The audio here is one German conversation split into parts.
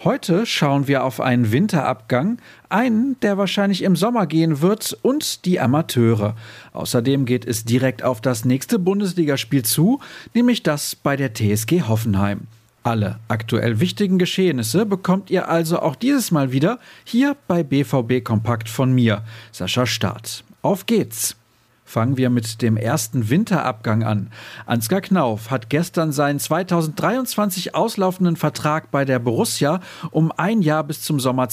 Heute schauen wir auf einen Winterabgang, einen, der wahrscheinlich im Sommer gehen wird, und die Amateure. Außerdem geht es direkt auf das nächste Bundesligaspiel zu, nämlich das bei der TSG Hoffenheim. Alle aktuell wichtigen Geschehnisse bekommt ihr also auch dieses Mal wieder hier bei BVB Kompakt von mir, Sascha Staat. Auf geht's! Fangen wir mit dem ersten Winterabgang an. Ansgar Knauf hat gestern seinen 2023 auslaufenden Vertrag bei der Borussia um ein Jahr bis zum Sommer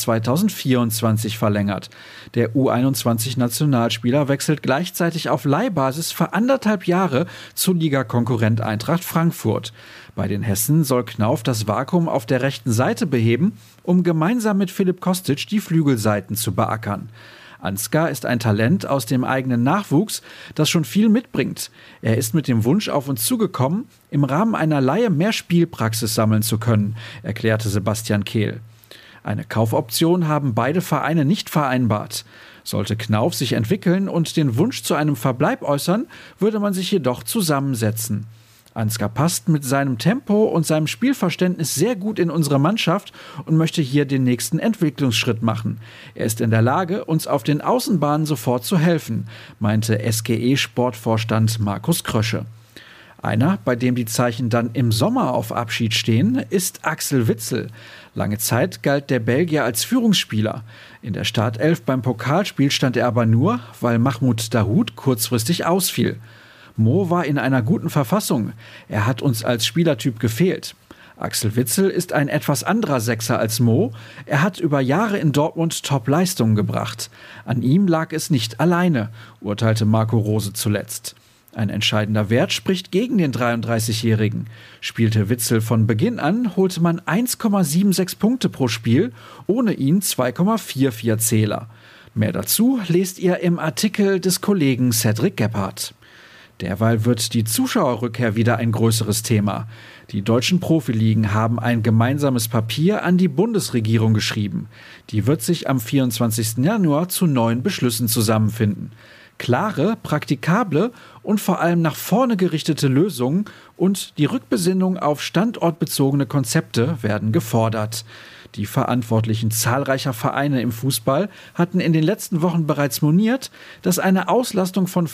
2024 verlängert. Der U21-Nationalspieler wechselt gleichzeitig auf Leihbasis für 1,5 Jahre zu Ligakonkurrent Eintracht Frankfurt. Bei den Hessen soll Knauf das Vakuum auf der rechten Seite beheben, um gemeinsam mit Philipp Kostic die Flügelseiten zu beackern. Ansgar ist ein Talent aus dem eigenen Nachwuchs, das schon viel mitbringt. Er ist mit dem Wunsch auf uns zugekommen, im Rahmen einer Leihe mehr Spielpraxis sammeln zu können, erklärte Sebastian Kehl. Eine Kaufoption haben beide Vereine nicht vereinbart. Sollte Knauf sich entwickeln und den Wunsch zu einem Verbleib äußern, würde man sich jedoch zusammensetzen. Ansgar passt mit seinem Tempo und seinem Spielverständnis sehr gut in unsere Mannschaft und möchte hier den nächsten Entwicklungsschritt machen. Er ist in der Lage, uns auf den Außenbahnen sofort zu helfen, meinte SGE-Sportvorstand Markus Krösche. Einer, bei dem die Zeichen dann im Sommer auf Abschied stehen, ist Axel Witsel. Lange Zeit galt der Belgier als Führungsspieler. In der Startelf beim Pokalspiel stand er aber nur, weil Mahmoud Dahoud kurzfristig ausfiel. Mo war in einer guten Verfassung. Er hat uns als Spielertyp gefehlt. Axel Witsel ist ein etwas anderer Sechser als Mo. Er hat über Jahre in Dortmund Top-Leistungen gebracht. An ihm lag es nicht alleine, urteilte Marco Rose zuletzt. Ein entscheidender Wert spricht gegen den 33-Jährigen. Spielte Witsel von Beginn an, holte man 1,76 Punkte pro Spiel, ohne ihn 2,44 Zähler. Mehr dazu lest ihr im Artikel des Kollegen Cedric Gebhardt. Derweil wird die Zuschauerrückkehr wieder ein größeres Thema. Die deutschen Profiligen haben ein gemeinsames Papier an die Bundesregierung geschrieben. Die wird sich am 24. Januar zu neuen Beschlüssen zusammenfinden. Klare, praktikable und vor allem nach vorne gerichtete Lösungen und die Rückbesinnung auf standortbezogene Konzepte werden gefordert. Die Verantwortlichen zahlreicher Vereine im Fußball hatten in den letzten Wochen bereits moniert, dass eine Auslastung von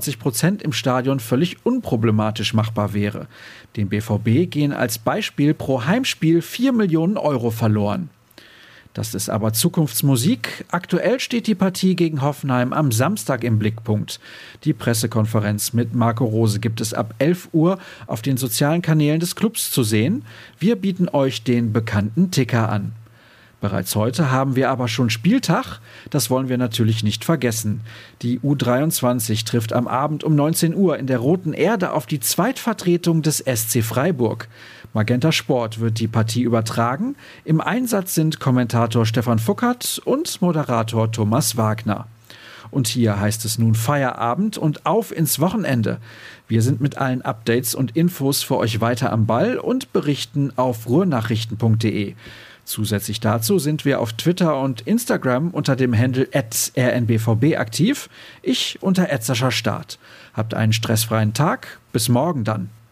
25% im Stadion völlig unproblematisch machbar wäre. Dem BVB gehen als Beispiel pro Heimspiel 4 Millionen Euro verloren. Das ist aber Zukunftsmusik. Aktuell steht die Partie gegen Hoffenheim am Samstag im Blickpunkt. Die Pressekonferenz mit Marco Rose gibt es ab 11 Uhr auf den sozialen Kanälen des Clubs zu sehen. Wir bieten euch den bekannten Ticker an. Bereits heute haben wir aber schon Spieltag. Das wollen wir natürlich nicht vergessen. Die U23 trifft am Abend um 19 Uhr in der Roten Erde auf die Zweitvertretung des SC Freiburg. Magenta Sport wird die Partie übertragen. Im Einsatz sind Kommentator Stefan Fuckert und Moderator Thomas Wagner. Und hier heißt es nun Feierabend und auf ins Wochenende. Wir sind mit allen Updates und Infos für euch weiter am Ball und berichten auf ruhrnachrichten.de. Zusätzlich dazu sind wir auf Twitter und Instagram unter dem Handle @rnbvb aktiv. Ich unter @sascha Staat. Habt einen stressfreien Tag. Bis morgen dann.